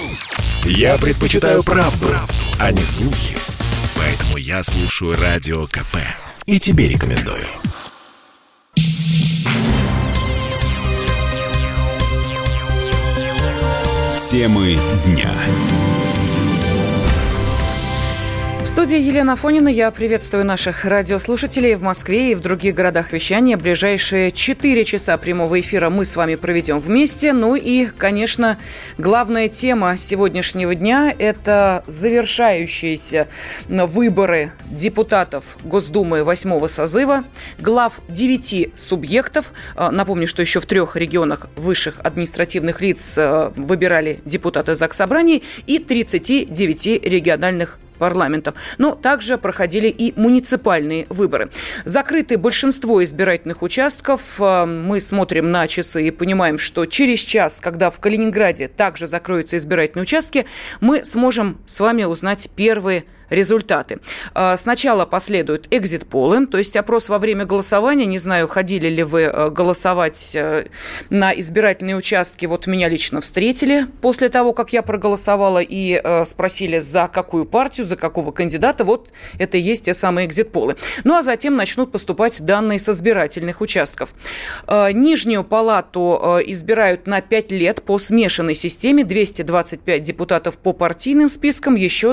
Я предпочитаю правду, а не слухи. Поэтому я слушаю Радио КП. И тебе рекомендую. Темы дня. В студии Елена Афонина. Я приветствую наших радиослушателей в Москве и в других городах вещания. Ближайшие 4 часа прямого эфира мы с вами проведем вместе. Ну и, конечно, главная тема сегодняшнего дня – это завершающиеся выборы депутатов Госдумы 8-го созыва, глав 9 субъектов. Напомню, что еще в 3 регионах высших административных лиц выбирали депутаты Заксобраний и 39 региональных парламентов. Но также проходили и муниципальные выборы. Закрыты большинство избирательных участков. Мы смотрим на часы и понимаем, что через час, когда в Калининграде также закроются избирательные участки, мы сможем с вами узнать первые результаты. Сначала последуют экзит-полы, то есть опрос во время голосования. Не знаю, ходили ли вы голосовать на избирательные участки. Вот меня лично встретили после того, как я проголосовала, и спросили, за какую партию, за какого кандидата. Вот это и есть те самые экзит-полы. Ну, а затем начнут поступать данные с избирательных участков. Нижнюю палату избирают на 5 лет по смешанной системе. 225 депутатов по партийным спискам, еще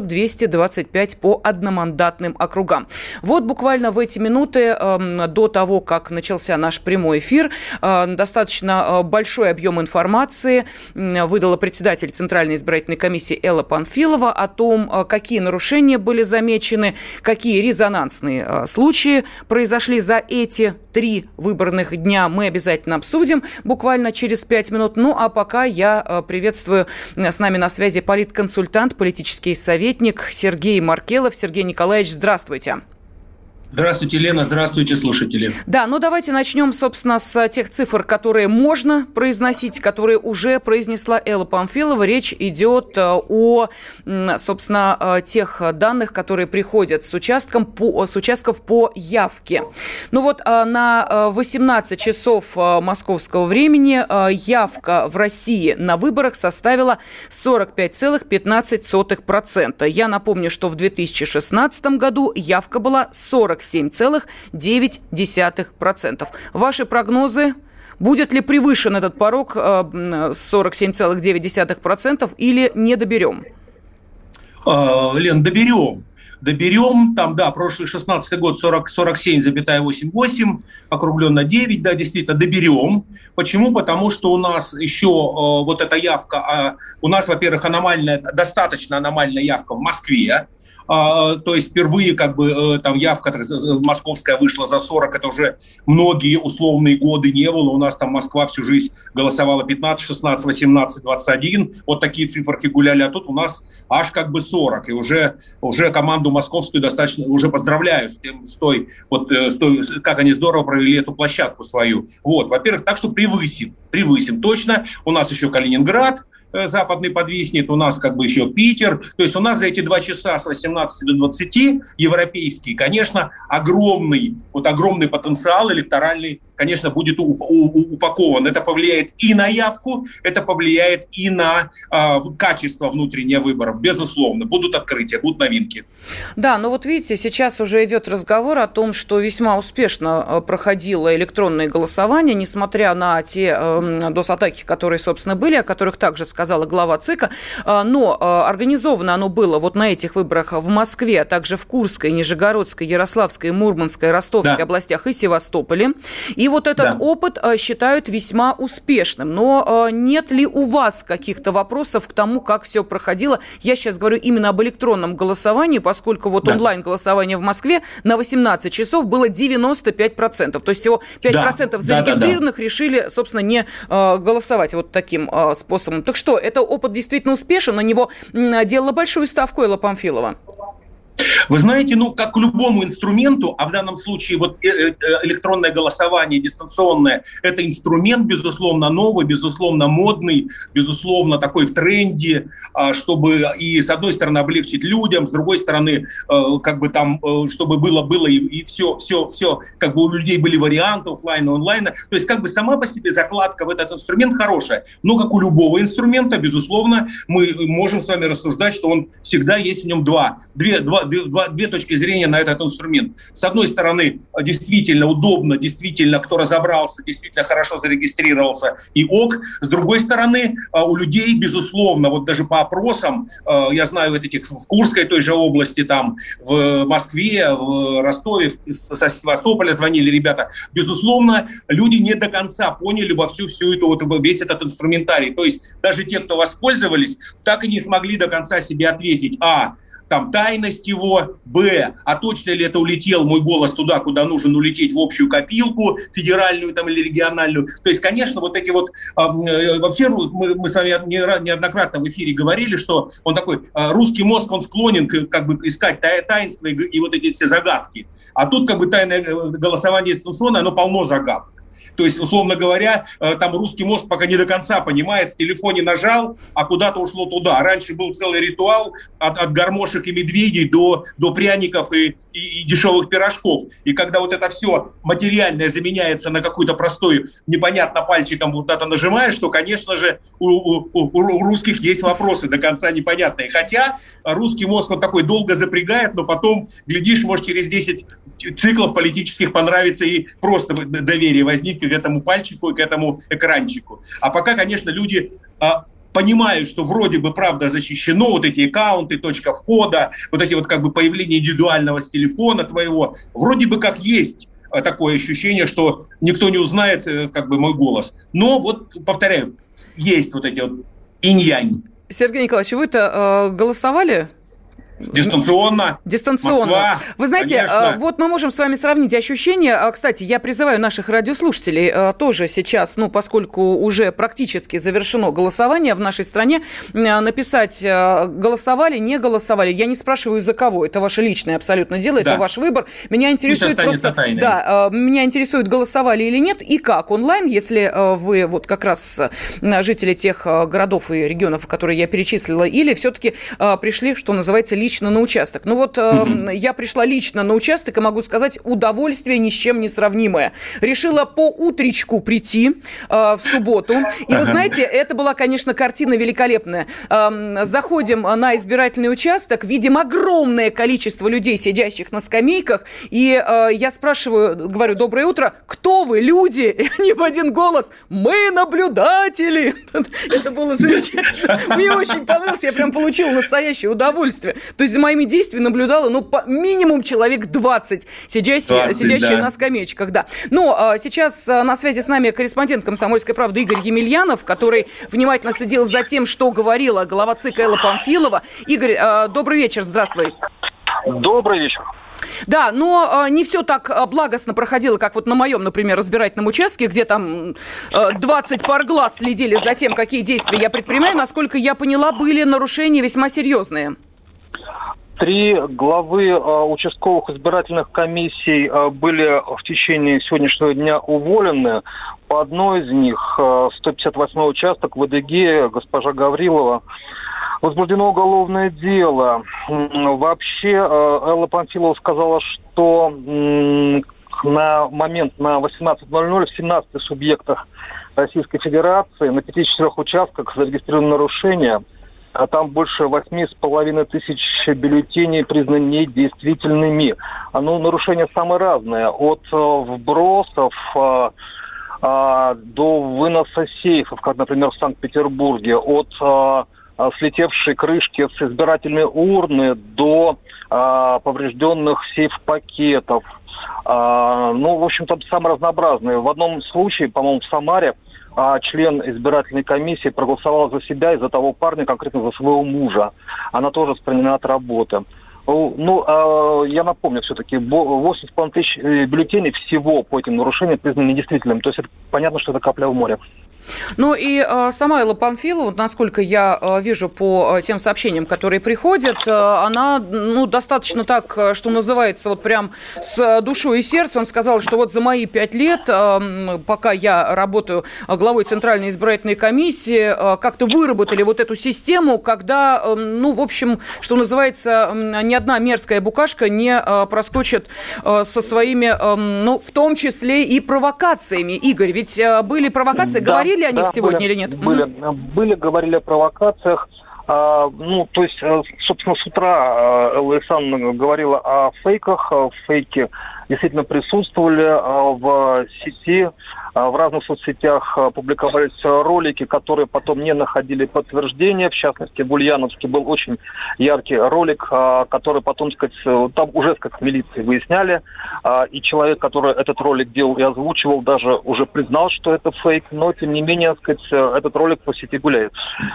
225 по одномандатным округам. Вот буквально в эти минуты до того, как начался наш прямой эфир, достаточно большой объем информации выдала председатель Центральной избирательной комиссии Элла Панфилова о том, какие нарушения были замечены, какие резонансные случаи произошли за эти 3 выборных дня. Мы обязательно обсудим буквально через 5 минут. Ну, а пока я приветствую с нами на связи политконсультант, политический советник Сергей Маркелов. Сергей Николаевич, здравствуйте. Здравствуйте, Лена, здравствуйте, слушатели. Да, ну давайте начнем, собственно, с тех цифр, которые можно произносить, которые уже произнесла Элла Памфилова. Речь идет о, собственно, тех данных, которые приходят с участков по явке. Ну вот на 18 часов московского времени явка в России на выборах составила 45,15%. Я напомню, что в 2016 году явка была 47,9%. Ваши прогнозы? Будет ли превышен этот порог 47,9% или не доберем? Лен, доберем. Там, да, прошлый 16 год 47,88, округленно 9, да, действительно, доберем. Почему? Потому что у нас еще вот эта явка, у нас, во-первых, достаточно аномальная явка в Москве. То есть впервые там явка московская вышла за 40, это уже многие условные годы не было. У нас там Москва всю жизнь голосовала 15, 16, 18, 21. Вот такие циферки гуляли, а тут у нас аж 40. И уже команду московскую достаточно уже поздравляю с той, как они здорово провели эту площадку свою. Вот, во-первых, так что превысим точно. У нас еще Калининград западный подвиснет, у нас еще Питер. То есть у нас за эти 2 часа с 18 до 20 европейский, конечно, огромный потенциал электоральный, конечно, будет упакован. Это повлияет и на явку, это повлияет и на качество внутренних выборов. Безусловно, будут открытия, будут новинки. Да, но вот видите, сейчас уже идет разговор о том, что весьма успешно проходило электронное голосование, несмотря на те DOS-атаки, которые, собственно, были, о которых также сказала глава ЦИКа. Но организовано оно было вот на этих выборах в Москве, а также в Курской, Нижегородской, Ярославской, Мурманской, Ростовской областях и Севастополе. И вот этот опыт считают весьма успешным. Но нет ли у вас каких-то вопросов к тому, как все проходило? Я сейчас говорю именно об электронном голосовании, поскольку вот онлайн-голосование в Москве на 18 часов было 95%. То есть всего 5% зарегистрированных решили, собственно, не голосовать вот таким способом. Так что, это опыт действительно успешен? На него делала большую ставку Элла Памфилова? Вы знаете, как к любому инструменту, а в данном случае вот электронное голосование, дистанционное, это инструмент, безусловно, новый, безусловно, модный, безусловно, такой в тренде, чтобы и с одной стороны облегчить людям, с другой стороны, чтобы было и все, как бы у людей были варианты офлайна, онлайна. То есть как бы сама по себе закладка в этот инструмент хорошая. Но как у любого инструмента, безусловно, мы можем с вами рассуждать, что он всегда есть в нем две точки зрения на этот инструмент. С одной стороны, действительно удобно, действительно, кто разобрался, действительно хорошо зарегистрировался и ок. С другой стороны, у людей, безусловно, вот даже по опросам, я знаю в Курской той же области, там, в Москве, в Ростове, со Севастополя звонили ребята, безусловно, люди не до конца поняли весь этот инструментарий. То есть даже те, кто воспользовались, так и не смогли до конца себе ответить: тайность его, б, точно ли это улетел мой голос туда, куда нужен улететь, в общую копилку, федеральную или региональную. То есть, конечно, вообще мы с вами неоднократно в эфире говорили, что он такой, русский мозг, он склонен искать таинство и вот эти все загадки. А тут тайное голосование дистанционное, оно полно загадок. То есть, условно говоря, там русский мозг пока не до конца понимает, в телефоне нажал, а куда-то ушло туда. Раньше был целый ритуал от гармошек и медведей до пряников и дешевых пирожков. И когда вот это все материальное заменяется на какую-то простую, непонятно пальчиком куда-то нажимаешь, то, конечно же, у русских есть вопросы до конца непонятные. Хотя русский мозг, он такой долго запрягает, но потом, глядишь, может, через 10 циклов политических понравится и просто доверие возникнет к этому пальчику и к этому экранчику. А пока, конечно, люди понимают, что вроде бы правда защищено, вот эти аккаунты, точка входа, вот эти появление индивидуального с телефона твоего, вроде бы как есть такое ощущение, что никто не узнает мой голос. Но повторяю, есть эти инь-янь. Сергей Николаевич, вы-то голосовали? Дистанционно. Москва, вы знаете, конечно. Вот мы можем с вами сравнить ощущения. Кстати, я призываю наших радиослушателей тоже сейчас, поскольку уже практически завершено голосование в нашей стране, написать, голосовали, не голосовали. Я не спрашиваю, за кого. Это ваше личное абсолютно дело, это ваш выбор. Меня интересует просто... Тайной. Да, меня интересует, голосовали или нет, и как онлайн, если вы как раз жители тех городов и регионов, которые я перечислила, или все-таки пришли, что называется, лично на участок. Я пришла лично на участок и могу сказать, удовольствие ни с чем не сравнимое. Решила по утречку прийти в субботу. И вы знаете, это была, конечно, картина великолепная. Заходим на избирательный участок, видим огромное количество людей, сидящих на скамейках, и я спрашиваю, говорю: доброе утро, кто вы, люди? И они в один голос: мы наблюдатели. Это было замечательно. Мне очень понравилось, я прям получила настоящее удовольствие. То есть за моими действиями наблюдало, минимум человек 20, сидящие на скамеечках, да. Но сейчас на связи с нами корреспондент «Комсомольской правды» Игорь Емельянов, который внимательно следил за тем, что говорила глава ЦИК Элла Памфилова. Игорь, добрый вечер, здравствуй. Добрый вечер. Да, но не все так благостно проходило, как на моем, например, избирательном участке, где там 20 пар глаз следили за тем, какие действия я предпринимаю. Насколько я поняла, были нарушения весьма серьезные. 3 главы участковых избирательных комиссий были в течение сегодняшнего дня уволены. По одной из них, 158-й участок в Адыгее, госпожа Гаврилова, возбуждено уголовное дело. Вообще, Элла Памфилова сказала, что на момент на 18:00 в 17 субъектах Российской Федерации на 54 участках зарегистрированы нарушения, а там больше 8,5 тысяч бюллетеней признаны недействительными. Нарушения самые разные. От вбросов до выноса сейфов, как, например, в Санкт-Петербурге. От слетевшей крышки с избирательной урны до поврежденных сейф-пакетов. В общем, там самые разнообразные. В одном случае, по-моему, в Самаре, член избирательной комиссии проголосовал за себя и за того парня, конкретно за своего мужа. Она тоже отстранена от работы. Я напомню, все-таки 8,5 тысяч бюллетеней всего по этим нарушениям признаны недействительными. То есть это понятно, что это капля в море. Ну и сама Элла Памфилова, насколько я вижу по тем сообщениям, которые приходят, она достаточно так, что называется, вот прям с душой и сердцем сказала, что вот за мои 5 лет, пока я работаю главой Центральной избирательной комиссии, как-то выработали вот эту систему, когда, в общем, что называется, ни одна мерзкая букашка не проскочит со своими, в том числе и провокациями. Игорь, ведь были провокации, да, говорили о них сегодня или нет? Говорили о провокациях. Собственно, с утра Элла Александровна говорила о фейках. Фейки действительно присутствовали в сети. В разных соцсетях публиковались ролики, которые потом не находили подтверждения. В частности, в Ульяновске был очень яркий ролик, который потом, там уже в милиции выясняли. И человек, который этот ролик делал и озвучивал, даже уже признал, что это фейк. Но, тем не менее, этот ролик по сети гуляет.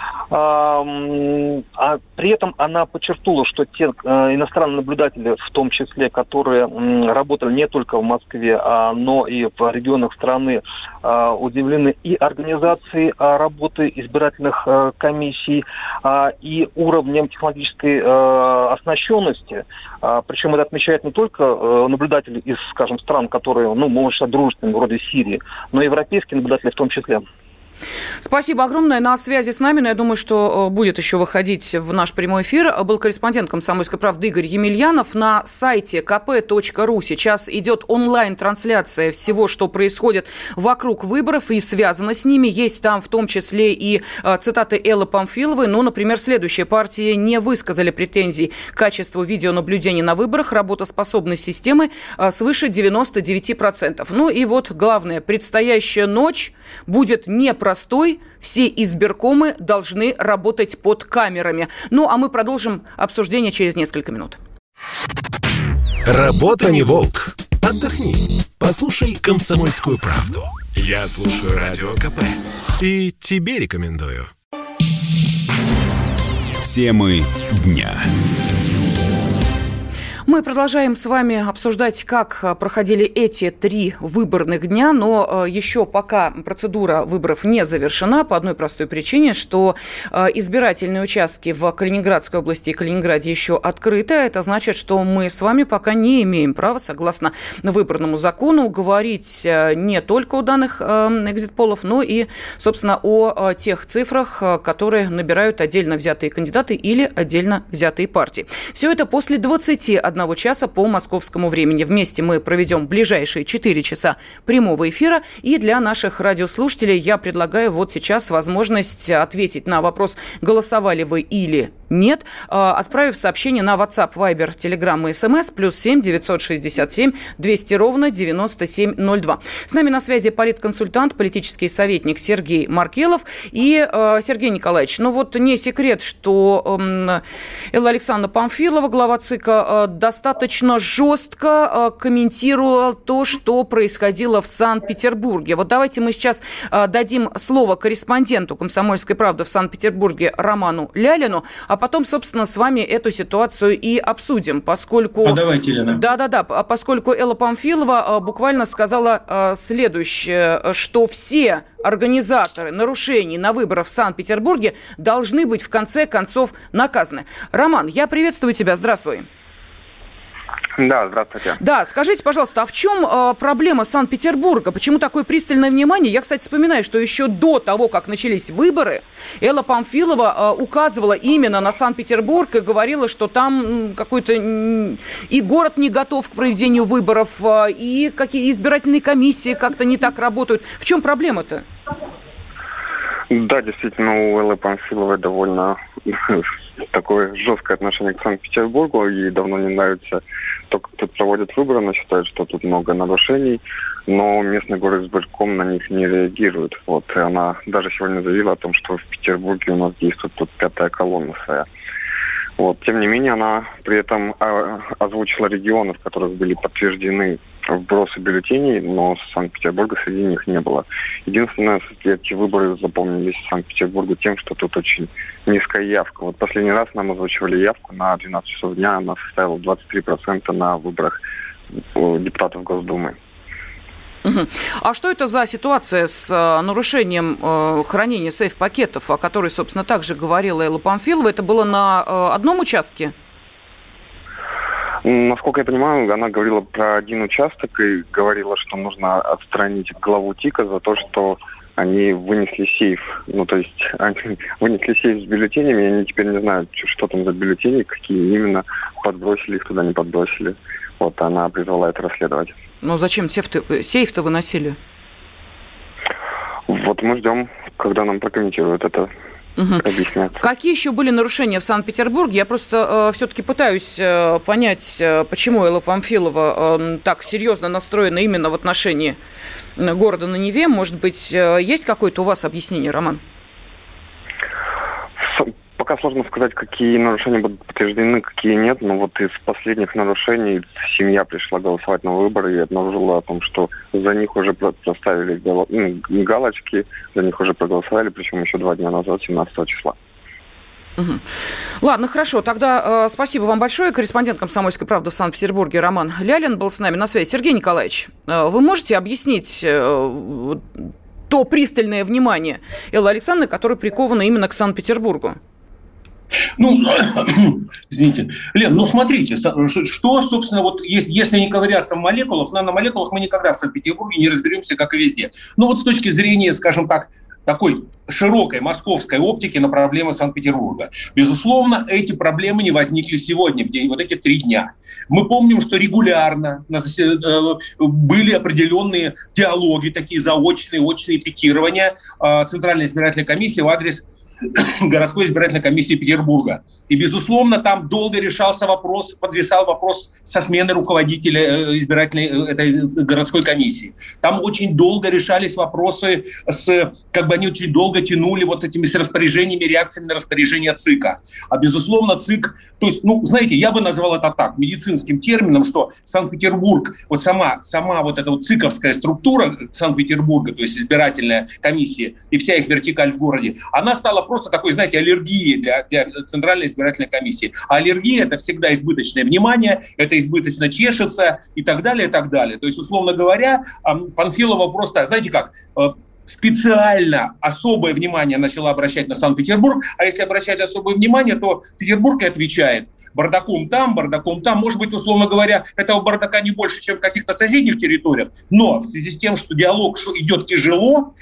А при этом она подчеркнула, что те иностранные наблюдатели, в том числе, которые работали не только в Москве, но и в регионах страны, удивлены и организацией работы избирательных комиссий, и уровнем технологической оснащенности. Причем это отмечают не только наблюдатели из, скажем, стран, которые, можно считать дружественными, вроде Сирии, но и европейские наблюдатели в том числе. Спасибо огромное. На связи с нами, но я думаю, что будет еще выходить в наш прямой эфир, был корреспондент «Комсомольской правды» Игорь Емельянов. На сайте kp.ru сейчас идет онлайн-трансляция всего, что происходит вокруг выборов и связано с ними. Есть там в том числе и цитаты Эллы Памфиловой. Например, следующее. Партии не высказали претензий к качеству видеонаблюдения на выборах. Работоспособность системы свыше 99%. И вот главное. Предстоящая ночь будет непростой. Все избиркомы должны работать под камерами. А мы продолжим обсуждение через несколько минут. Работа не волк. Отдохни. Послушай «Комсомольскую правду». Я слушаю Радио КП. И тебе рекомендую. Темы дня. Мы продолжаем с вами обсуждать, как проходили эти 3 выборных дня, но еще пока процедура выборов не завершена по одной простой причине, что избирательные участки в Калининградской области и Калининграде еще открыты. Это значит, что мы с вами пока не имеем права, согласно выборному закону, говорить не только о данных экзит-полов, но и, собственно, о тех цифрах, которые набирают отдельно взятые кандидаты или отдельно взятые партии. Все это после 21 часа по московскому времени. Вместе мы проведем ближайшие 4 часа прямого эфира. И для наших радиослушателей я предлагаю вот сейчас возможность ответить на вопрос, голосовали вы или нет, отправив сообщение на WhatsApp, Viber, Telegram и SMS +7 967 200 ровно 9702. С нами на связи политконсультант, политический советник Сергей Маркелов. И, Сергей Николаевич, не секрет, что Элла Александровна Памфилова, глава ЦИКа, достаточно жестко комментировала то, что происходило в Санкт-Петербурге. Вот давайте мы сейчас дадим слово корреспонденту «Комсомольской правды» в Санкт-Петербурге Роману Лялину, а потом, собственно, с вами эту ситуацию и обсудим, поскольку... Давайте, Елена. Да, поскольку Элла Памфилова буквально сказала следующее, что все организаторы нарушений на выборах в Санкт-Петербурге должны быть в конце концов наказаны. Роман, я приветствую тебя, здравствуй. Да, здравствуйте. Да, скажите, пожалуйста, а в чем проблема Санкт-Петербурга? Почему такое пристальное внимание? Я, кстати, вспоминаю, что еще до того, как начались выборы, Элла Памфилова указывала именно на Санкт-Петербург и говорила, что там какой-то и город не готов к проведению выборов, и какие избирательные комиссии как-то не так работают. В чем проблема-то? Да, действительно, у Эллы Памфиловой довольно такое жесткое отношение к Санкт-Петербургу. Ей давно не нравится то, как тут проводят выборы. Она считает, что тут много нарушений, но местный горисполком на них не реагирует. И она даже сегодня заявила о том, что в Петербурге у нас действует тут 5-я колонна своя. Тем не менее, она при этом озвучила регионы, в которых были подтверждены вбросы бюллетеней, но Санкт-Петербурга среди них не было. Единственное, эти выборы запомнились в Санкт-Петербургу тем, что тут очень низкая явка. Последний раз нам озвучивали явку на 12 часов дня, она составила 23% на выборах депутатов Госдумы. А что это за ситуация с нарушением хранения сейф-пакетов, о которой, собственно, также говорила Элла Памфилова? Это было на одном участке? Насколько я понимаю, она говорила про один участок и говорила, что нужно отстранить главу ТИКа за то, что они вынесли сейф. Ну, то есть они вынесли сейф с бюллетенями, и они теперь не знают, что там за бюллетени, какие именно, подбросили их туда, не подбросили. Вот она призвала это расследовать. Но зачем сейф-то выносили? Вот мы ждем, когда нам прокомментируют это. Объяснят. Какие еще были нарушения в Санкт-Петербурге? Я просто все-таки пытаюсь понять, почему Элла Памфилова так серьезно настроена именно в отношении города на Неве. Может быть, есть какое-то у вас объяснение, Роман? Пока сложно сказать, какие нарушения будут подтверждены, какие нет. Но вот из последних нарушений семья пришла голосовать на выборы и обнаружила о том, что за них уже проставили галочки, за них уже проголосовали, причем еще 2 дня назад, 17 числа. Ладно, хорошо. Тогда спасибо вам большое. Корреспондент «Комсомольской правды» в Санкт-Петербурге Роман Лялин был с нами на связи. Сергей Николаевич, вы можете объяснить то пристальное внимание Эллы Александровны, которое приковано именно к Санкт-Петербургу? Извините. Лен, смотрите, что, собственно, вот если не ковыряться в молекулах, в наномолекулах мы никогда в Санкт-Петербурге не разберемся, как и везде. Вот с точки зрения, скажем так, такой широкой московской оптики на проблемы Санкт-Петербурга. Безусловно, эти проблемы не возникли сегодня, в день, вот эти 3 дня. Мы помним, что регулярно были определенные диалоги, такие заочные, очные пикирования Центральной избирательной комиссии в адрес городской избирательной комиссии Петербурга. И, безусловно, там долго подвисал вопрос со смены руководителя избирательной этой городской комиссии. Там очень долго решались вопросы, они очень долго тянули вот этими с распоряжениями, реакциями на распоряжение ЦИКа. А, безусловно, ЦИК, то есть, знаете, я бы назвал это так, медицинским термином, что Санкт-Петербург, вот сама вот эта вот циковская структура Санкт-Петербурга, то есть избирательная комиссия и вся их вертикаль в городе, она стала просто такой, знаете, аллергией для Центральной избирательной комиссии. А аллергия – это всегда избыточное внимание, это избыточно чешется и так далее, и так далее. То есть, условно говоря, Памфилова просто, знаете как, специально особое внимание начала обращать на Санкт-Петербург, а если обращать особое внимание, то Петербург и отвечает. Бардаком там. Может быть, условно говоря, этого бардака не больше, чем в каких-то соседних территориях. Но в связи с тем, что диалог идет тяжело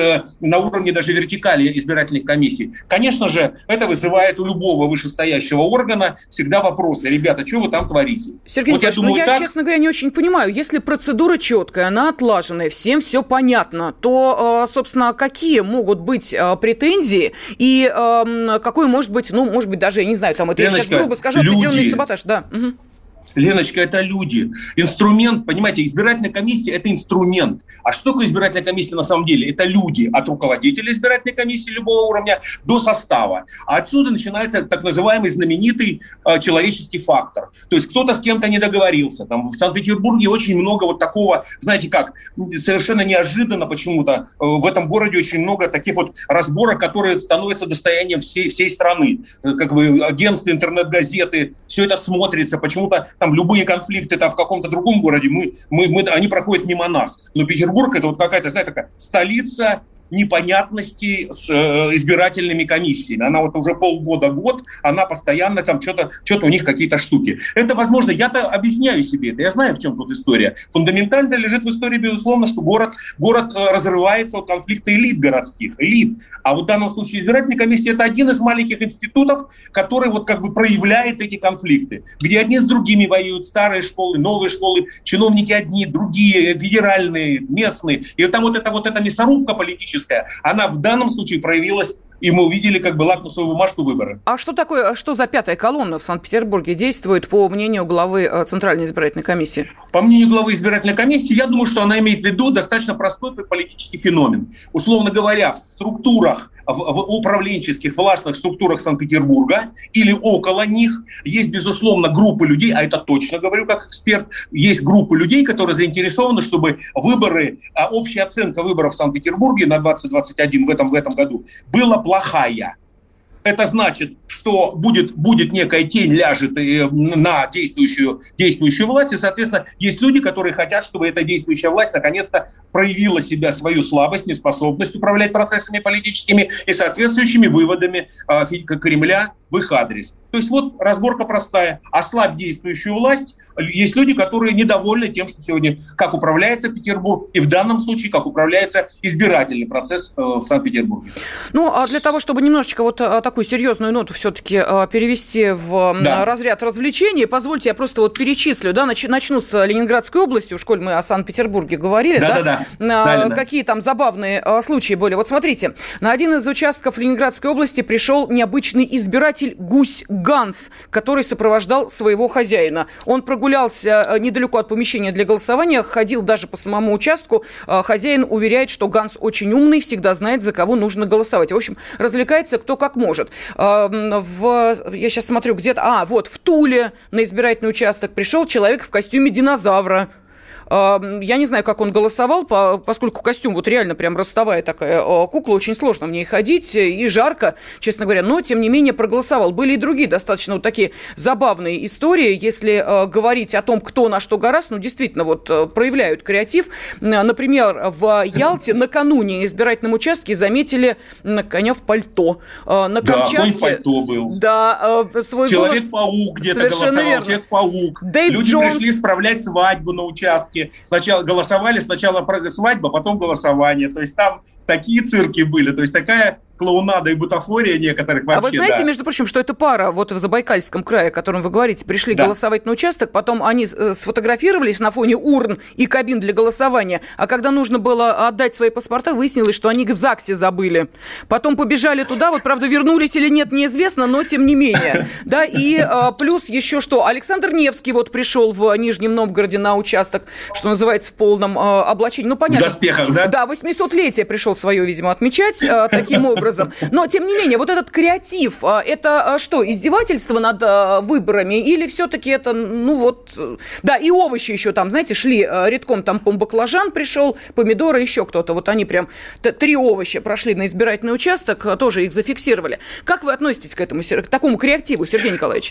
на уровне даже вертикали избирательных комиссий, конечно же, это вызывает у любого вышестоящего органа всегда вопросы. Ребята, что вы там творите? Сергей Николаевич, я, честно говоря, не очень понимаю. Если процедура четкая, она отлаженная, всем все понятно, то, собственно, какие могут быть претензии и какой может быть, может быть, даже, я не знаю, это Леночка, я сейчас грубо скажу, определенный саботаж, да. Леночка, это люди. Инструмент, понимаете, избирательная комиссия – это инструмент. А что такое избирательная комиссия на самом деле? Это люди от руководителя избирательной комиссии любого уровня до состава. А отсюда начинается так называемый знаменитый человеческий фактор. То есть кто-то с кем-то не договорился. Там в Санкт-Петербурге очень много вот такого, знаете как, совершенно неожиданно почему-то в этом городе очень много таких вот разборок, которые становятся достоянием всей страны. Как бы агентства, интернет-газеты, все это смотрится. Почему-то там любые конфликты там в каком-то другом городе, они проходят мимо нас. Но Петербург – это вот какая-то, знаете, такая столица непонятностей с избирательными комиссиями. Она вот уже полгода-год, она постоянно там что-то у них какие-то штуки. Это возможно, я-то объясняю себе это, я знаю, в чем тут история. Фундаментально лежит в истории, безусловно, что город разрывается от конфликта элит городских, элит. А вот в данном случае избирательная комиссия – это один из маленьких институтов, который вот как бы проявляет эти конфликты, где одни с другими воюют, старые школы, новые школы, чиновники одни, другие, федеральные, местные. И там вот эта мясорубка политическая, она в данном случае проявилась, и мы увидели как бы лакмусовую бумажку выбора. А что за пятая колонна в Санкт-Петербурге действует, по мнению главы Центральной избирательной комиссии? По мнению главы избирательной комиссии, я думаю, что она имеет в виду достаточно простой политический феномен. Условно говоря, в структурах, в управленческих, властных структурах Санкт-Петербурга или около них есть, безусловно, группы людей, а это точно говорю как эксперт, есть группы людей, которые заинтересованы, чтобы выборы, общая оценка выборов в Санкт-Петербурге на 2021 в этом году была плохая. это значит, что будет некая тень ляжет на действующую власть, и, соответственно, есть люди, которые хотят, чтобы эта действующая власть наконец-то проявила себя, свою слабость, неспособность управлять процессами политическими и соответствующими выводами Кремля в их адрес. То есть вот разборка простая. Ослабь действующую власть. Есть люди, которые недовольны тем, что сегодня как управляется Петербург, и в данном случае как управляется избирательный процесс в Санкт-Петербурге. Ну, а для того, чтобы немножечко вот такую серьезную ноту все-таки перевести в разряд развлечений, позвольте, я просто вот перечислю, да, начну с Ленинградской области, уж коль мы о Санкт-Петербурге говорили, какие там забавные случаи были. Вот смотрите, на один из участков Ленинградской области пришел необычный избиратель гусь Ганс, который сопровождал своего хозяина. Он прогулялся недалеко от помещения для голосования, ходил даже по самому участку. Хозяин уверяет, что Ганс очень умный, всегда знает, за кого нужно голосовать. В общем, развлекается кто как может. Я сейчас смотрю, где-то... вот в Туле на избирательный участок пришел человек в костюме динозавра. Я не знаю, как он голосовал, поскольку костюм вот реально прям ростовая такая кукла, очень сложно в ней ходить и жарко, честно говоря, но тем не менее проголосовал. Были и другие достаточно вот такие забавные истории, если говорить о том, кто на что гораст, ну действительно вот проявляют креатив. Например, в Ялте накануне на избирательном участке заметили коня в пальто. На Камчатке, конь в пальто был. Да, свой Человек-паук где-то голосовал, Человек-паук. Люди пришли справлять свадьбу на участке. Сначала голосовали, сначала свадьба, потом голосование. То есть там такие цирки были, то есть такая клоунада и бутафория некоторых вообще. А вы знаете, между прочим, что эта пара вот в Забайкальском крае, о котором вы говорите, пришли голосовать на участок, потом они сфотографировались на фоне урн и кабин для голосования, а когда нужно было отдать свои паспорта, выяснилось, что они в ЗАГСе забыли. Потом побежали туда, вот, правда, вернулись или нет, неизвестно, но тем не менее. Да, и плюс еще что, Александр Невский вот пришел в Нижнем Новгороде на участок, что называется, в полном облачении. Ну, понятно. В доспехах, да? Да, 800-летие пришел свое, видимо, отмечать таким образом. Но, тем не менее, вот этот креатив, это что, издевательство над выборами или все-таки это, ну вот... Да, и овощи еще там, знаете, шли редком, там баклажан пришел, помидоры, еще кто-то. Вот они прям 3 овоща прошли на избирательный участок, тоже их зафиксировали. Как вы относитесь к этому, к такому креативу, Сергей Николаевич?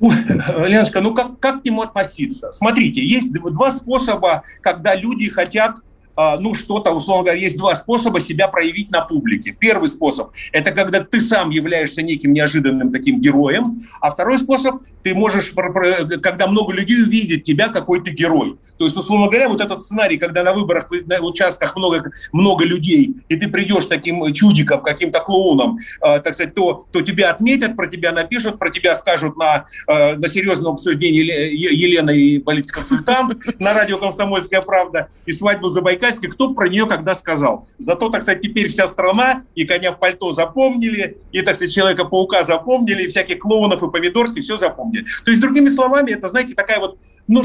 Леночка, ну как к нему относиться? Смотрите, есть 2 способа, когда люди хотят что-то, условно говоря, есть 2 способа себя проявить на публике. Первый способ – это когда ты сам являешься неким неожиданным таким героем, а второй способ – ты можешь, когда много людей увидят тебя, какой ты герой. То есть, условно говоря, вот этот сценарий, когда на выборах, на участках много людей, и ты придешь таким чудиком, каким-то клоуном, так сказать, то тебя отметят, про тебя напишут, про тебя скажут на серьезном обсуждении Елена и политконсультант на радио «Комсомольская правда» и свадьбу Забайкальской, кто про нее когда сказал. Зато, так сказать, теперь вся страна и коня в пальто запомнили, и, так сказать, Человека-паука запомнили, и всяких клоунов и помидорки все запомнили. То есть, другими словами, это, знаете, такая вот,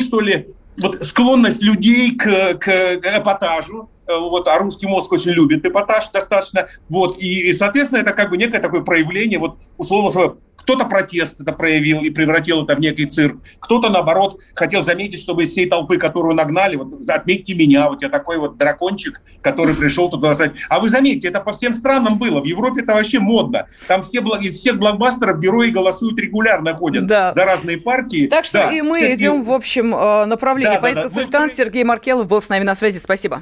склонность людей к эпатажу. Вот, а русский мозг очень любит эпатаж достаточно. Вот, и, соответственно, это как бы некое такое проявление, вот, условно говоря, кто-то протест это проявил и превратил это в некий цирк, кто-то, наоборот, хотел заметить, чтобы из всей толпы, которую нагнали, вот, отметьте меня, вот я такой вот дракончик, который пришел туда сказать. А вы заметьте, это по всем странам было, в Европе это вообще модно. Там из всех блокбастеров герои голосуют регулярно, ходят за разные партии. Так что и мы идем в общем направлении. Политконсультант Сергей Маркелов был с нами на связи. Спасибо.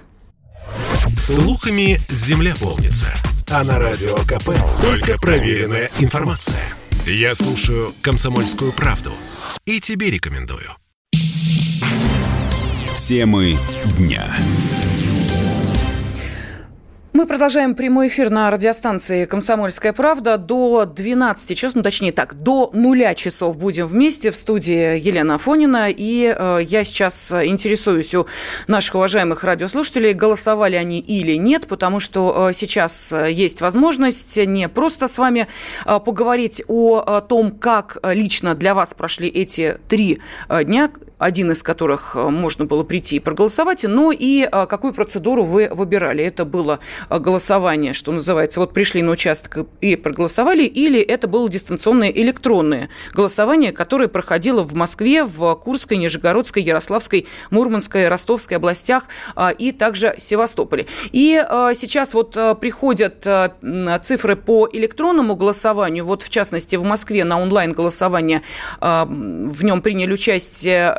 Слухами земля полнится. А на Радио КП только проверенная информация. Я слушаю «Комсомольскую правду» и тебе рекомендую. Темы дня. Мы продолжаем прямой эфир на радиостанции «Комсомольская правда» до 12 часов, до 0 часов будем вместе в студии Елена Афонина. И я сейчас интересуюсь у наших уважаемых радиослушателей, голосовали они или нет, потому что сейчас есть возможность не просто с вами поговорить о том, как лично для вас прошли эти 3 дня, один из которых можно было прийти и проголосовать, но и какую процедуру вы выбирали. Это было голосование, что называется, вот пришли на участок и проголосовали, или это было дистанционное электронное голосование, которое проходило в Москве, в Курской, Нижегородской, Ярославской, Мурманской, Ростовской областях и также Севастополе. И сейчас вот приходят цифры по электронному голосованию. Вот в частности в Москве на онлайн-голосование в нем приняли участие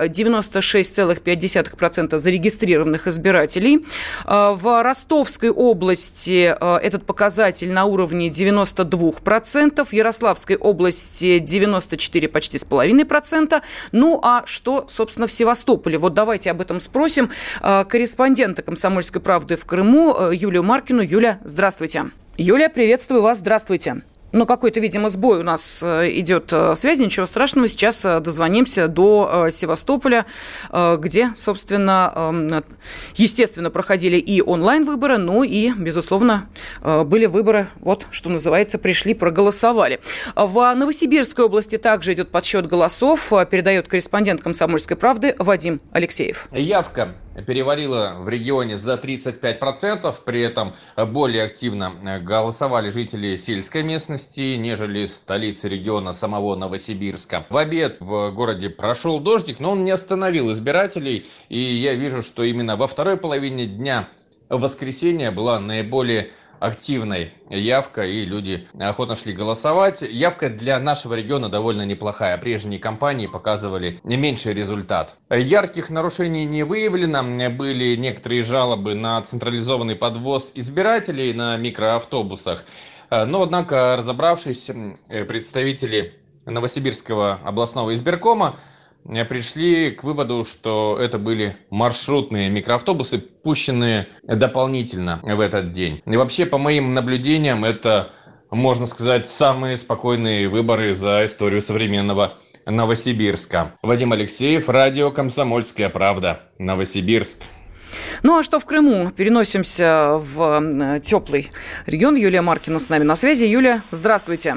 96,5% зарегистрированных избирателей. В Ростовской области этот показатель на уровне 92%, в Ярославской области 94, почти с половиной %. Ну а что, собственно, в Севастополе? Вот давайте об этом спросим корреспондента «Комсомольской правды» в Крыму Юлию Маркину. Юля, здравствуйте. Юлия, приветствую вас, здравствуйте. Ну, какой-то, видимо, сбой у нас идет связь, ничего страшного. Сейчас дозвонимся до Севастополя, где, собственно, естественно, проходили и онлайн-выборы, ну и, безусловно, были выборы, вот, что называется, пришли, проголосовали. В Новосибирской области также идет подсчет голосов, передает корреспондент «Комсомольской правды» Вадим Алексеев. Явка перевалила в регионе за 35%, при этом более активно голосовали жители сельской местности, нежели столицы региона самого Новосибирска. В обед в городе прошел дождик, но он не остановил избирателей, и я вижу, что именно во второй половине дня воскресенья была наиболее активной явка, и люди охотно шли голосовать. Явка для нашего региона довольно неплохая. Прежние кампании показывали не меньший результат. Ярких нарушений не выявлено. Были некоторые жалобы на централизованный подвоз избирателей на микроавтобусах. Но, однако, разобравшись, представители Новосибирского областного избиркома пришли к выводу, что это были маршрутные микроавтобусы, пущенные дополнительно в этот день. И вообще, по моим наблюдениям, это, можно сказать, самые спокойные выборы за историю современного Новосибирска. Вадим Алексеев, радио «Комсомольская правда», Новосибирск. Ну а что в Крыму? Переносимся в теплый регион. Юлия Маркина с нами на связи. Юлия, здравствуйте.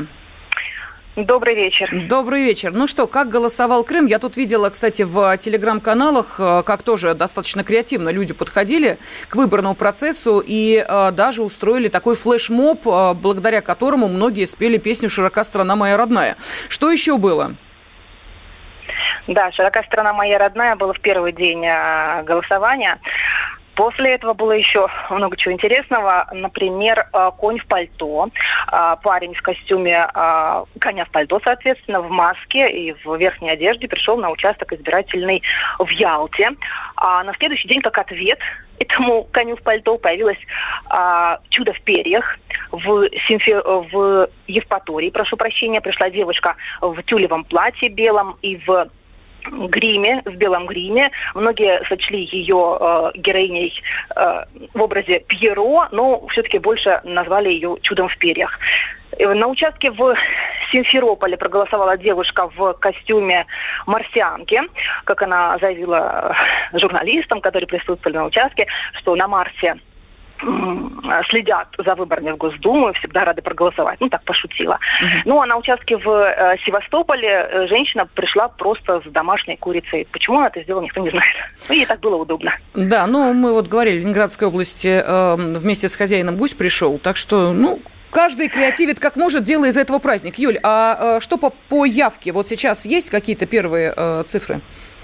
Добрый вечер. Добрый вечер. Ну что, как голосовал Крым? Я тут видела, кстати, в телеграм-каналах, как тоже достаточно креативно люди подходили к выборному процессу и даже устроили такой флешмоб, благодаря которому многие спели песню «Широка страна моя родная». Что еще было? Да, «Широка страна моя родная» было в первый день голосования. После этого было еще много чего интересного. Например, конь в пальто, парень в костюме коня в пальто, соответственно, в маске и в верхней одежде пришел на участок избирательный в Ялте. А на следующий день, как ответ этому коню в пальто, появилось чудо в перьях. В Евпатории, прошу прощения, пришла девушка в тюлевом платье белом и в гриме, в белом гриме. Многие сочли ее героиней в образе Пьеро, но все-таки больше назвали ее чудом в перьях. На участке в Симферополе проголосовала девушка в костюме марсианки. Как она заявила журналистам, которые присутствовали на участке, что на Марсе следят за выборами в Госдуму и всегда рады проголосовать. Ну, так пошутила. Ну, а на участке в Севастополе женщина пришла просто с домашней курицей. Почему она это сделала, никто не знает. Ну, ей так было удобно. Да, ну, мы вот говорили, в Ленинградской области вместе с хозяином гусь пришел, так что, ну, каждый креативит как может, делая из этого праздник. Юль, а что по явке? Вот сейчас есть какие-то первые цифры?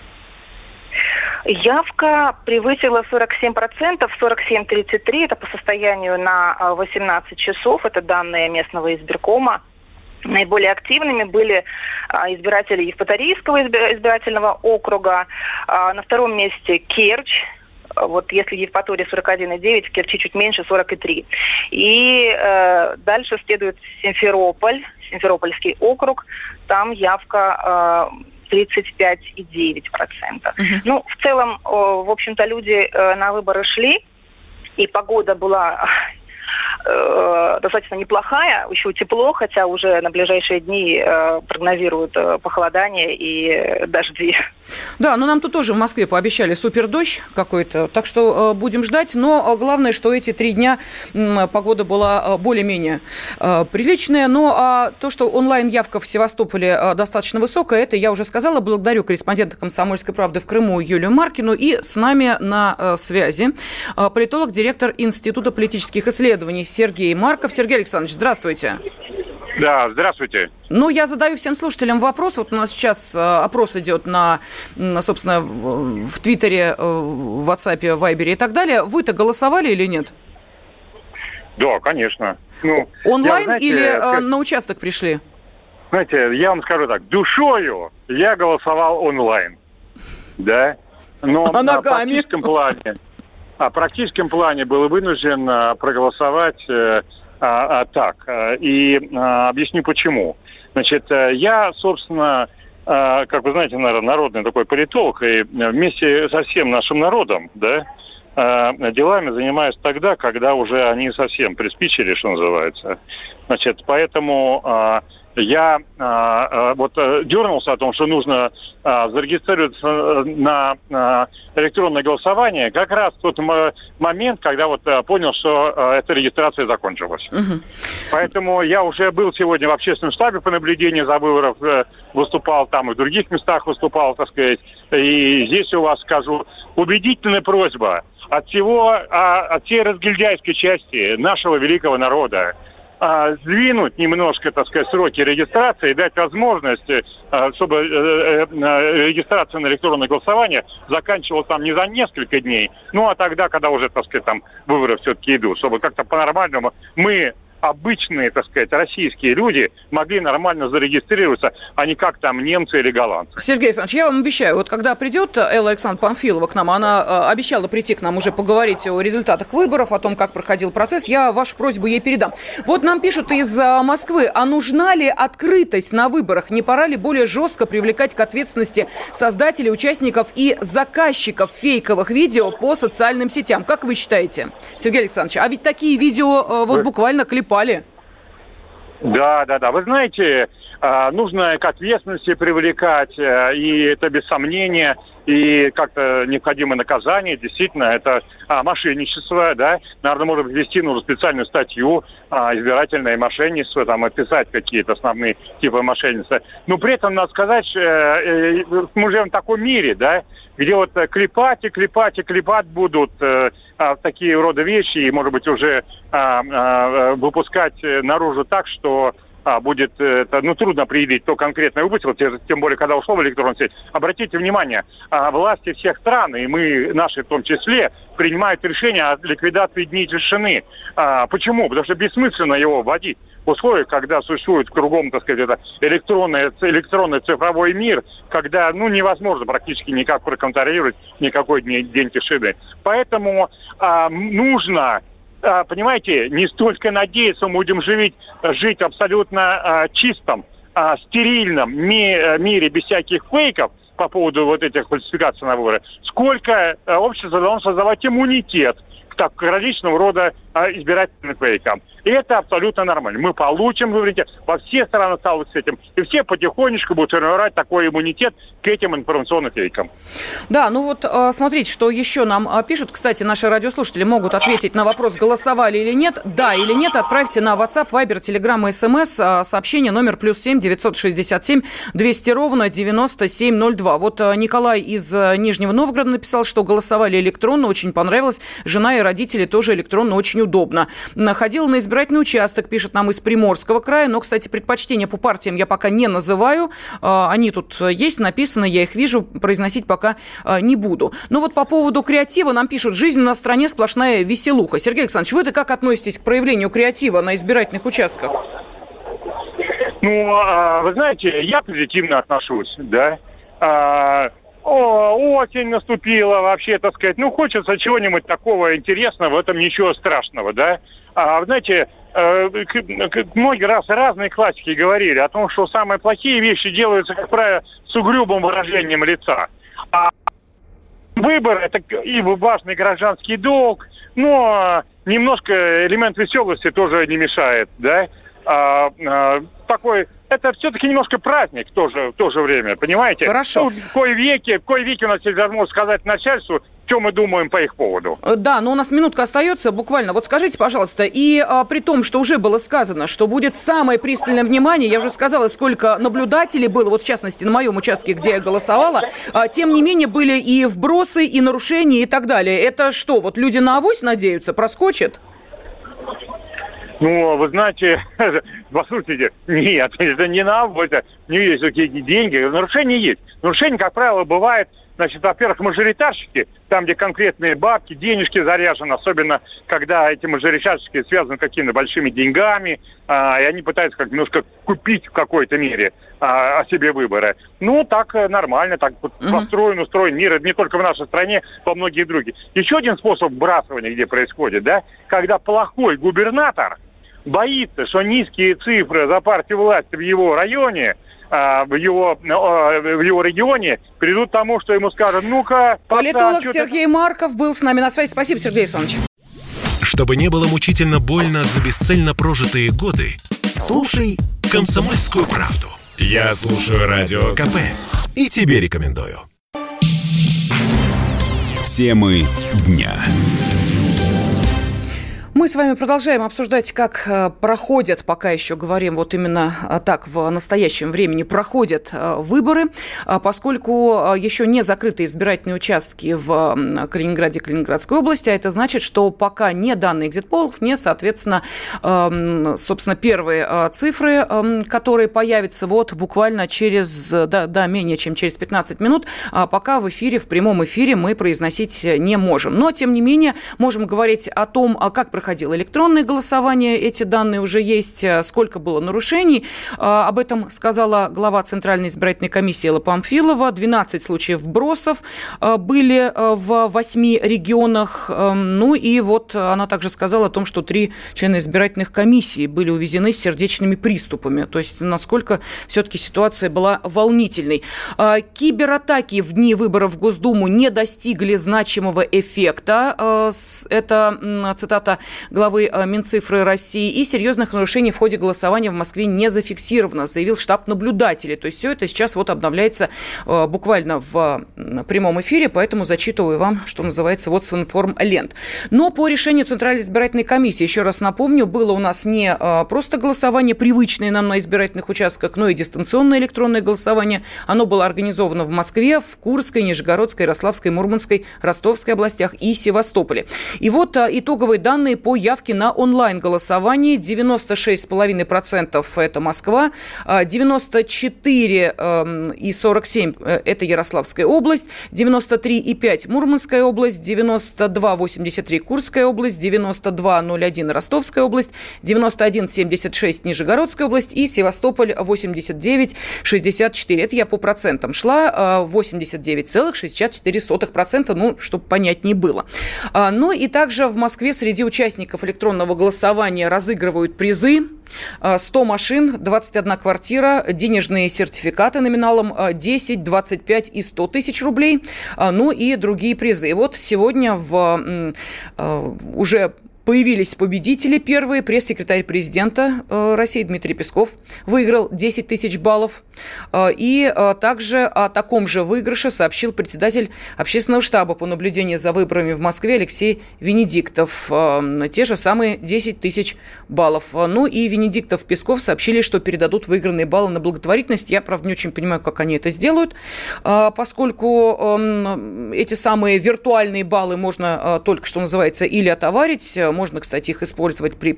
Явка превысила 47%, 47,33%. Это по состоянию на 18 часов. Это данные местного избиркома. Наиболее активными были избиратели Евпаторийского избирательного округа. На втором месте Керчь. Вот если в Евпатории 41,9, в Керчи чуть меньше, 43. И дальше следует Симферополь, Симферопольский округ. Там явка 35,9%. Ну, в целом, в общем-то, люди на выборы шли, и погода была достаточно неплохая, еще тепло, хотя уже на ближайшие дни прогнозируют похолодание и дожди. Да, но нам тут тоже в Москве пообещали супердождь какой-то, так что будем ждать. Но главное, что эти 3 дня погода была более-менее приличная. Но то, что онлайн-явка в Севастополе достаточно высокая, это я уже сказала. Благодарю корреспондента «Комсомольской правды» в Крыму Юлию Маркину. И с нами на связи политолог, директор Института политических исследований Сергей Марков. Сергей Александрович, здравствуйте. Да, здравствуйте. Ну, я задаю всем слушателям вопрос. Вот у нас сейчас опрос идет собственно, в Твиттере, в WhatsApp, Вайбере и так далее. Вы-то голосовали или нет? Да, конечно. Онлайн или на участок пришли? Знаете, я вам скажу так. Душою я голосовал онлайн. Да? Но на практическом плане был вынужден проголосовать так. И объясню почему. Значит, я, собственно, как вы знаете, наверное, народный такой политолог, и вместе со всем нашим народом, да, делами занимаюсь тогда, когда уже они совсем приспичили, что называется. Значит, поэтому я дернулся о том, что нужно зарегистрироваться на электронное голосование как раз в тот момент, когда понял, что эта регистрация закончилась. Поэтому я уже был сегодня в общественном штабе по наблюдению за выборов, выступал там и в других местах выступал, так сказать. И здесь у вас скажу убедительная просьба от всей разгильдяйской части нашего великого народа сдвинуть немножко, так сказать, сроки регистрации и дать возможность, чтобы регистрация на электронное голосование заканчивалась там не за несколько дней, а тогда, когда уже, так сказать, там выборы все-таки идут, чтобы как-то по-нормальному мы, обычные, так сказать, российские люди могли нормально зарегистрироваться, а не как там немцы или голландцы. Сергей Александрович, я вам обещаю, вот когда придет Элла Александровна Памфилова к нам, она обещала прийти к нам уже поговорить о результатах выборов, о том, как проходил процесс, я вашу просьбу ей передам. Вот нам пишут из Москвы, а нужна ли открытость на выборах? Не пора ли более жестко привлекать к ответственности создателей, участников и заказчиков фейковых видео по социальным сетям? Как вы считаете, Сергей Александрович? А ведь такие видео буквально клепали. Да. Вы знаете, нужно к ответственности привлекать, и это без сомнения, и как-то необходимо наказание. Действительно, это мошенничество, да. Наверное, может ввести нужно специальную статью избирательное мошенничество, там, описать какие-то основные типы мошенничества. Но при этом надо сказать, мы живем в таком мире, да, где вот клепать будут такие рода вещи, и, может быть, уже выпускать наружу так, что будет трудно определить, кто конкретно выпустил, тем более, когда ушло в электронную сеть. Обратите внимание, власти всех стран, и мы, наши в том числе, принимают решение о ликвидации дней тишины. Почему? Потому что бессмысленно его вводить в условиях, когда существует кругом, так сказать, это электронный цифровой мир, когда, невозможно практически никак проконтролировать никакой день тишины. Поэтому нужно, понимаете, не столько надеяться, мы будем жить абсолютно чистом, стерильном мире без всяких фейков по поводу вот этих фальсификаций на выборы, сколько общество должно создавать иммунитет к различного рода избирательным фейкам. И это абсолютно нормально. Мы получим, вы говорите, во все страны сталкиваются с этим. И все потихонечку будут формировать такой иммунитет к этим информационным фейкам. Да, смотрите, что еще нам пишут. Кстати, наши радиослушатели могут ответить на вопрос, голосовали или нет. Да или нет, отправьте на WhatsApp, Viber, Telegram и SMS сообщение номер +7 967 200 9702. Вот Николай из Нижнего Новгорода написал, что голосовали электронно, очень понравилось. Жена и родители тоже электронно, очень удобно. Ходила на избирательный участок, пишет нам из Приморского края, но, кстати, предпочтения по партиям я пока не называю. Они тут есть, написаны, я их вижу, произносить пока не буду. Но вот по поводу креатива нам пишут, жизнь у нас в стране сплошная веселуха. Сергей Александрович, вы-то как относитесь к проявлению креатива на избирательных участках? Вы знаете, я позитивно отношусь, да. Осень наступила, вообще, так сказать, хочется чего-нибудь такого интересного, в этом ничего страшного, да. Знаете, многие раз разные классики говорили о том, что самые плохие вещи делаются, как правило, с угрюмым выражением лица. А выбор – это и важный гражданский долг, но немножко элемент веселости тоже не мешает, да? Такой, это все-таки немножко праздник в то же время, понимаете? Хорошо. В кои веки у нас есть возможность сказать начальству, что мы думаем по их поводу. Да, но у нас минутка остается буквально. Вот скажите, пожалуйста, и при том, что уже было сказано, что будет самое пристальное внимание, я уже сказала, сколько наблюдателей было, вот в частности на моем участке, где я голосовала, тем не менее были и вбросы, и нарушения, и так далее. Это что, вот люди на авось надеются, проскочат? Ну, вы знаете, послушайте, нет, это не нам, это не есть какие-то деньги, нарушения есть. Нарушения, как правило, бывает, значит, во-первых, мажоритарщики, там, где конкретные бабки, денежки заряжены, особенно когда эти мажоритарщики связаны с какими-то большими деньгами, и они пытаются как немножко купить в какой-то мере о себе выборы. Ну, так нормально, так устроен мир, это не только в нашей стране, во многих других. Еще один способ вбрасывания, где происходит, да, когда плохой губернатор боится, что низкие цифры за партию власти в его районе, в его регионе приведут к тому, что ему скажут, ну-ка... Политолог Сергей Марков был с нами на связи. Спасибо, Сергей Александрович. Чтобы не было мучительно больно за бесцельно прожитые годы, слушай «Комсомольскую правду». Я слушаю Радио КП и тебе рекомендую. Темы дня. Мы с вами продолжаем обсуждать, как проходят, пока еще говорим вот именно так, в настоящем времени проходят выборы, поскольку еще не закрыты избирательные участки в Калининграде и Калининградской области, а это значит, что пока не данные экзит-полов, не, соответственно, собственно, первые цифры, которые появятся вот буквально через, менее чем через 15 минут, пока в эфире, в прямом эфире мы произносить не можем. Но, тем не менее, можем говорить о том, как проходило электронное голосование, эти данные уже есть, сколько было нарушений. Об этом сказала глава Центральной избирательной комиссии Элла Памфилова. 12 случаев вбросов были в 8 регионах. Ну и вот она также сказала о том, что 3 члена избирательных комиссий были увезены с сердечными приступами. То есть насколько все-таки ситуация была волнительной. Кибератаки в дни выборов в Госдуму не достигли значимого эффекта. Это цитата главы Минцифры России. И серьезных нарушений в ходе голосования в Москве не зафиксировано, заявил штаб наблюдателей. То есть все это сейчас вот обновляется буквально в прямом эфире, поэтому зачитываю вам, что называется, вот с информлент. Но по решению Центральной избирательной комиссии, еще раз напомню, было у нас не просто голосование, привычное нам на избирательных участках, но и дистанционное электронное голосование. Оно было организовано в Москве, в Курской, Нижегородской, Ярославской, Мурманской, Ростовской областях и Севастополе. И вот итоговые данные по явке на онлайн-голосование. 96,5% это Москва, 94,47% это Ярославская область, 93,5% Мурманская область, 92,83% Курская область, 92,01% Ростовская область, 91,76% Нижегородская область и Севастополь 89,64%. Это я по процентам шла, 89,64%, ну, чтобы понятнее было. Ну и также в Москве среди участников электронного голосования разыгрывают призы. 100 машин, 21 квартира, денежные сертификаты номиналом 10, 25 и 100 тысяч рублей, ну и другие призы. И вот сегодня уже появились победители первые. Пресс-секретарь президента России Дмитрий Песков выиграл 10 тысяч баллов. И также о таком же выигрыше сообщил председатель общественного штаба по наблюдению за выборами в Москве Алексей Венедиктов. Те же самые 10 тысяч баллов. Ну и Венедиктов, Песков сообщили, что передадут выигранные баллы на благотворительность. Я, правда, не очень понимаю, как они это сделают, поскольку эти самые виртуальные баллы можно только, что называется, или отоварить. Можно, кстати, их использовать при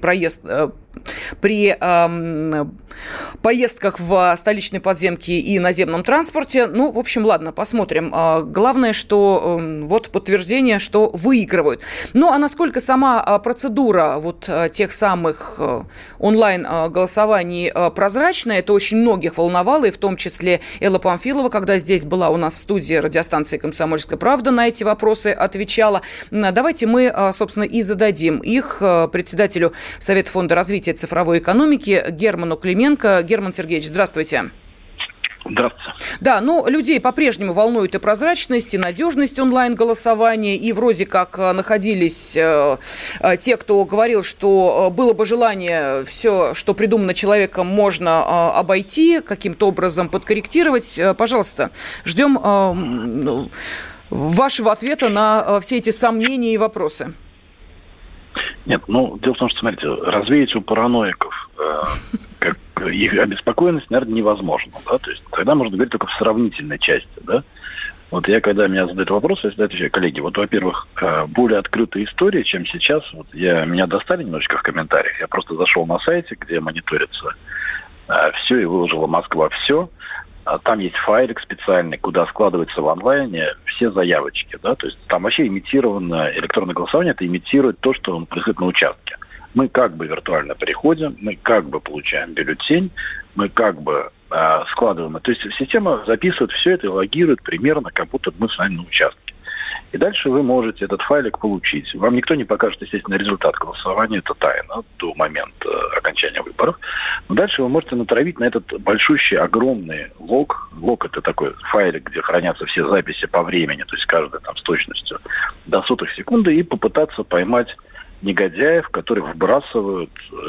поездках в столичной подземке и наземном транспорте. Ну, в общем, ладно, посмотрим. Главное, что вот подтверждение, что выигрывают. Ну, а насколько сама процедура вот тех самых онлайн-голосований прозрачна, это очень многих волновало, и в том числе Элла Памфилова, когда здесь была у нас в студии радиостанции «Комсомольская правда», на эти вопросы отвечала. Давайте мы, собственно, и зададим их председателю Совета фонда развития цифровой экономики Герману Клименко. Герман Сергеевич, здравствуйте. Здравствуйте. Да, людей по-прежнему волнует и прозрачность, и надежность онлайн-голосования, и вроде как находились те, кто говорил, что было бы желание все, что придумано человеком, можно обойти, каким-то образом подкорректировать. Пожалуйста, ждем вашего ответа на все эти сомнения и вопросы. Нет, дело в том, что, смотрите, развеять у параноиков их обеспокоенность, наверное, невозможно, да, то есть тогда можно говорить только в сравнительной части, да. Вот когда меня задают вопрос, я всегда отвечаю: коллеги, во-первых, более открытая история, чем сейчас. Меня достали немножечко в комментариях, я просто зашел на сайте, где мониторится все, и выложила Москва все. Там есть файлик специальный, куда складывается в онлайне все заявочки, да, то есть там вообще имитировано электронное голосование, это имитирует то, что происходит на участке. Мы как бы виртуально приходим, мы как бы получаем бюллетень, мы как бы складываем. То есть система записывает все это и логирует примерно, как будто мы с вами на участке. И дальше вы можете этот файлик получить. Вам никто не покажет, естественно, результат голосования, это тайна до момента окончания выборов. Но дальше вы можете натравить на этот большущий, огромный лог. Лог — это такой файлик, где хранятся все записи по времени, то есть каждая там с точностью до сотых секунды, и попытаться поймать негодяев, которые вбрасывают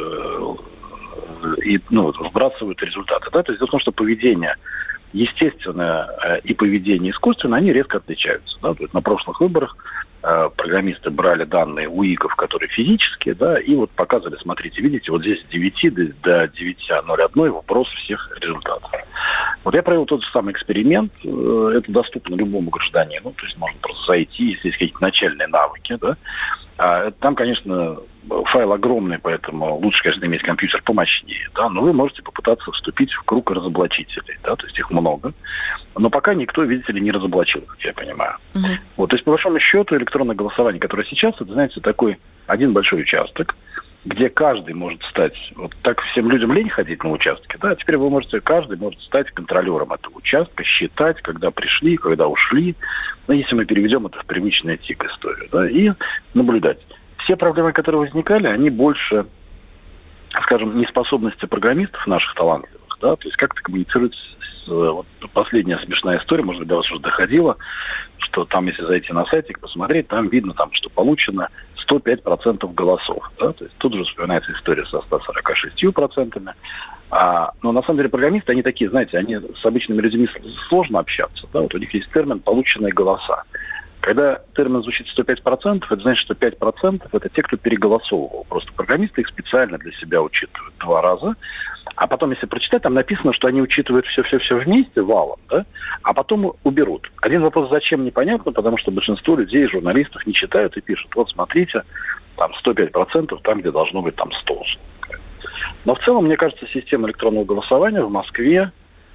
вбрасывают результаты. Да? То есть дело в том, что поведение естественное и поведение искусственное, они резко отличаются. Да? То есть на прошлых выборах программисты брали данные УИКов, которые физические, да, и показывали, смотрите, видите, здесь с 9 до 9:01 вброс всех результатов. Я провел тот же самый эксперимент, это доступно любому гражданину, то есть можно просто зайти, если есть какие-то начальные навыки, да. Там, конечно, файл огромный, поэтому лучше, конечно, иметь компьютер помощнее, да, но вы можете попытаться вступить в круг разоблачителей, да, то есть их много, но пока никто, видите ли, не разоблачил, как я понимаю. То есть, по большому счету, электронное голосование, которое сейчас, это, знаете, такой один большой участок, где каждый может стать, так всем людям лень ходить на участке, да, теперь каждый может стать контролером этого участка, считать, когда пришли, когда ушли, если мы переведем это в привычную ТИК-историю, да, и наблюдать. Все проблемы, которые возникали, они больше, скажем, неспособности программистов наших талантливых, да, то есть как-то коммуницировать последняя смешная история, может быть, до вас уже доходила, что там, если зайти на сайтик, посмотреть, там видно, что получено 105% голосов. Да? То есть тут же вспоминается история со 146%. Но на самом деле программисты, они такие, знаете, они с обычными людьми сложно общаться. Да? У них есть термин «полученные голоса». Когда термин звучит 105%, это значит, что 5% это те, кто переголосовывал. Просто программисты их специально для себя учитывают 2 раза. А потом, если прочитать, там написано, что они учитывают все вместе, валом, да, а потом уберут. Один вопрос, зачем, непонятно, потому что большинство людей, журналистов не читают и пишут: смотрите, там 105%, там, где должно быть там 100. Но в целом, мне кажется, система электронного голосования в Москве,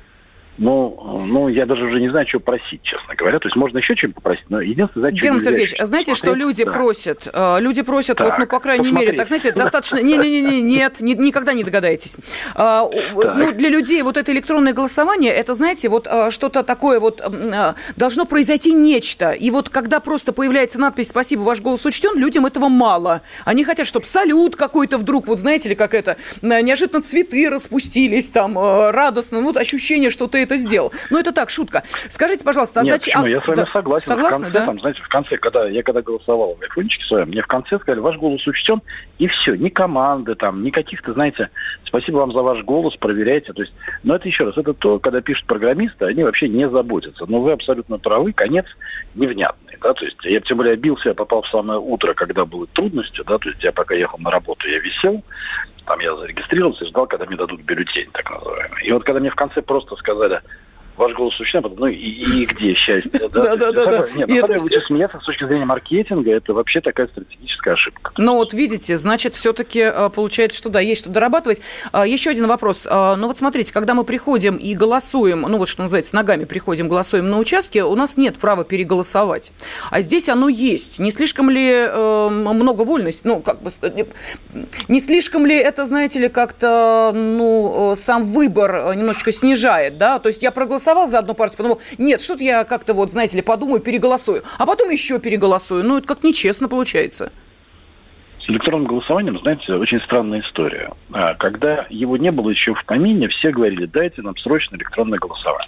я даже уже не знаю, что просить, честно говоря. То есть можно еще что-нибудь попросить, но единственное, Герман Сергеевич, знаете, что люди просят? Люди просят, по крайней мере, так, знаете, достаточно... Нет, никогда не догадаетесь. Для людей это электронное голосование, это, знаете, что-то такое должно произойти нечто. И когда просто появляется надпись «Спасибо, ваш голос учтен», людям этого мало. Они хотят, чтобы салют какой-то вдруг, знаете ли, как это, неожиданно цветы распустились, там, радостно, ощущение, что ты это сделал. Это так, шутка. Скажите, пожалуйста, зачем... Я с вами согласен. Согласны, в конце, знаете, в конце, когда голосовал в айфончике своем, мне в конце сказали: ваш голос учтен, и все. Ни команды, ни каких-то, знаете, спасибо вам за ваш голос, проверяйте. То есть, это еще раз, это то, когда пишут программисты, они вообще не заботятся. Но вы абсолютно правы, конец невнятный. Да? То есть, я тем более бился, я попал в самое утро, когда были трудности, да, то есть я пока ехал на работу, я висел, там я зарегистрировался и ждал, когда мне дадут бюллетень, так называемый. И когда мне в конце просто сказали: ваш голос учтен, и где счастье? Да. Нет, на самом деле, лучше смеяться с точки зрения маркетинга, это вообще такая стратегическая ошибка. Видите, значит, все-таки получается, что да, есть что дорабатывать. Еще один вопрос. Смотрите, когда мы приходим и голосуем, что называется, ногами приходим, голосуем на участке, у нас нет права переголосовать. А здесь оно есть. Не слишком ли много вольности? Не слишком ли это, знаете ли, как-то, сам выбор немножечко снижает, да? То есть я проголосовал за одну партию, подумал: нет, что-то я как-то, знаете ли, подумаю, переголосую. А потом еще переголосую. Это как нечестно получается. С электронным голосованием, знаете, очень странная история. Когда его не было еще в помине, все говорили, дайте нам срочно электронное голосование.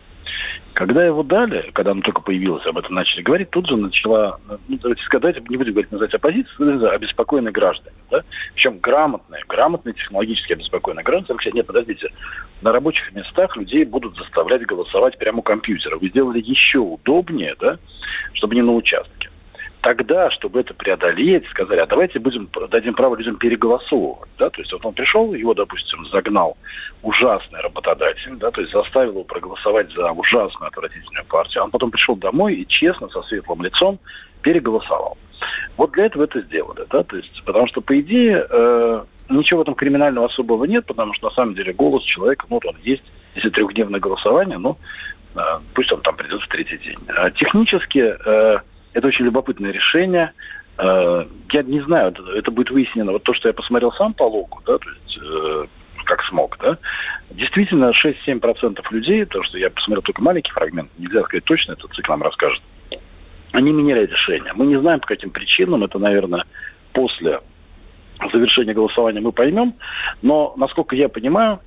Когда его дали, когда оно только появилось, об этом начали говорить, тут же начала, давайте не будем говорить, называть оппозицию, обеспокоенные граждане. Да? Причем грамотные, технологически обеспокоенные граждане. Нет, подождите, на рабочих местах людей будут заставлять голосовать прямо у компьютера. Вы сделали еще удобнее, да, чтобы не на участке. Тогда, чтобы это преодолеть, сказали, а давайте дадим право людям переголосовывать. Да? То есть вот он пришел, его, допустим, загнал ужасный работодатель, да, то есть заставил его проголосовать за ужасную отвратительную партию. Он потом пришел домой и честно, со светлым лицом переголосовал. Вот для этого это сделали. Да? То есть, потому что, по идее, ничего в этом криминального особого нет, потому что, на самом деле, голос человека, он есть. Если трехдневное голосование, пусть он там придет в третий день. Технически... Это очень любопытное решение. Я не знаю, это будет выяснено. Вот то, что я посмотрел сам по логу, да, то есть как смог, да, действительно 6-7% людей, потому что я посмотрел только маленький фрагмент, нельзя сказать точно, этот цикл нам расскажет, они меняли решение. Мы не знаем, по каким причинам, это, наверное, после завершения голосования мы поймем, но, насколько я понимаю,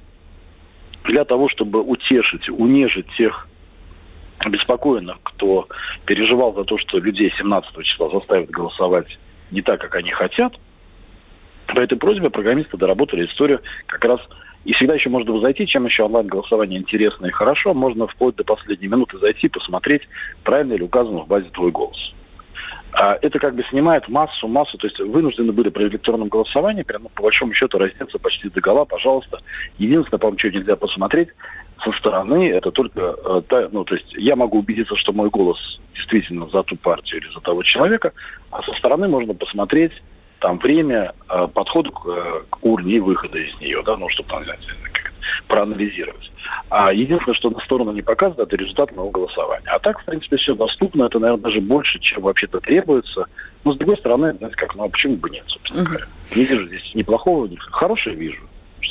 для того, чтобы утешить, унижить тех обеспокоенных, кто переживал за то, что людей 17 числа заставят голосовать не так, как они хотят. По этой просьбе программисты доработали историю как раз. И всегда еще можно зайти, чем еще онлайн-голосование интересно и хорошо, можно вплоть до последней минуты зайти, посмотреть, правильно ли указан в базе твой голос. Это как бы снимает массу, то есть вынуждены были при электронном голосовании, прямо по большому счету раздеться почти догола, пожалуйста. Единственное, по-моему, что нельзя посмотреть со стороны, это только, то есть я могу убедиться, что мой голос действительно за ту партию или за того человека, а со стороны можно посмотреть там время подхода к урне и выхода из нее, да, чтобы там, знаете, проанализировать. А единственное, что на сторону не показывает, это результат моего голосования. А так, в принципе, все доступно, это, наверное, даже больше, чем вообще-то требуется. Но, с другой стороны, знаете, а почему бы нет, собственно говоря. Не вижу здесь ни плохого, ни хорошего вижу.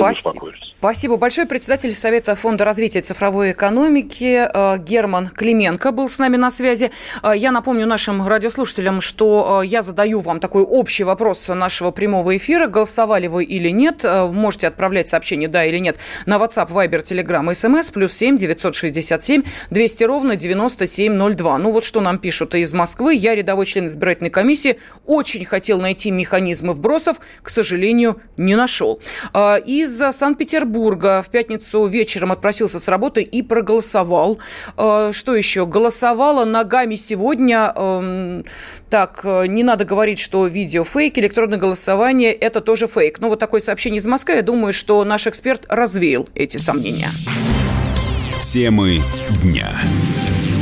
Спасибо большое. Председатель Совета фонда развития цифровой экономики Герман Клименко был с нами на связи. Я напомню нашим радиослушателям, что я задаю вам такой общий вопрос нашего прямого эфира. Голосовали вы или нет? Можете отправлять сообщение «да» или «нет» на WhatsApp, Viber, Telegram, SMS, +7 967 200 ровно 9702. Вот что нам пишут из Москвы. Я, рядовой член избирательной комиссии, очень хотел найти механизмы вбросов, к сожалению, не нашел. Из Санкт-Петербурга в пятницу вечером отпросился с работы и проголосовал. Что еще? Голосовала ногами сегодня. Не надо говорить, что видео фейк, электронное голосование – это тоже фейк. Вот такое сообщение из Москвы. Я думаю, что наш эксперт развеял эти сомнения. Темы дня.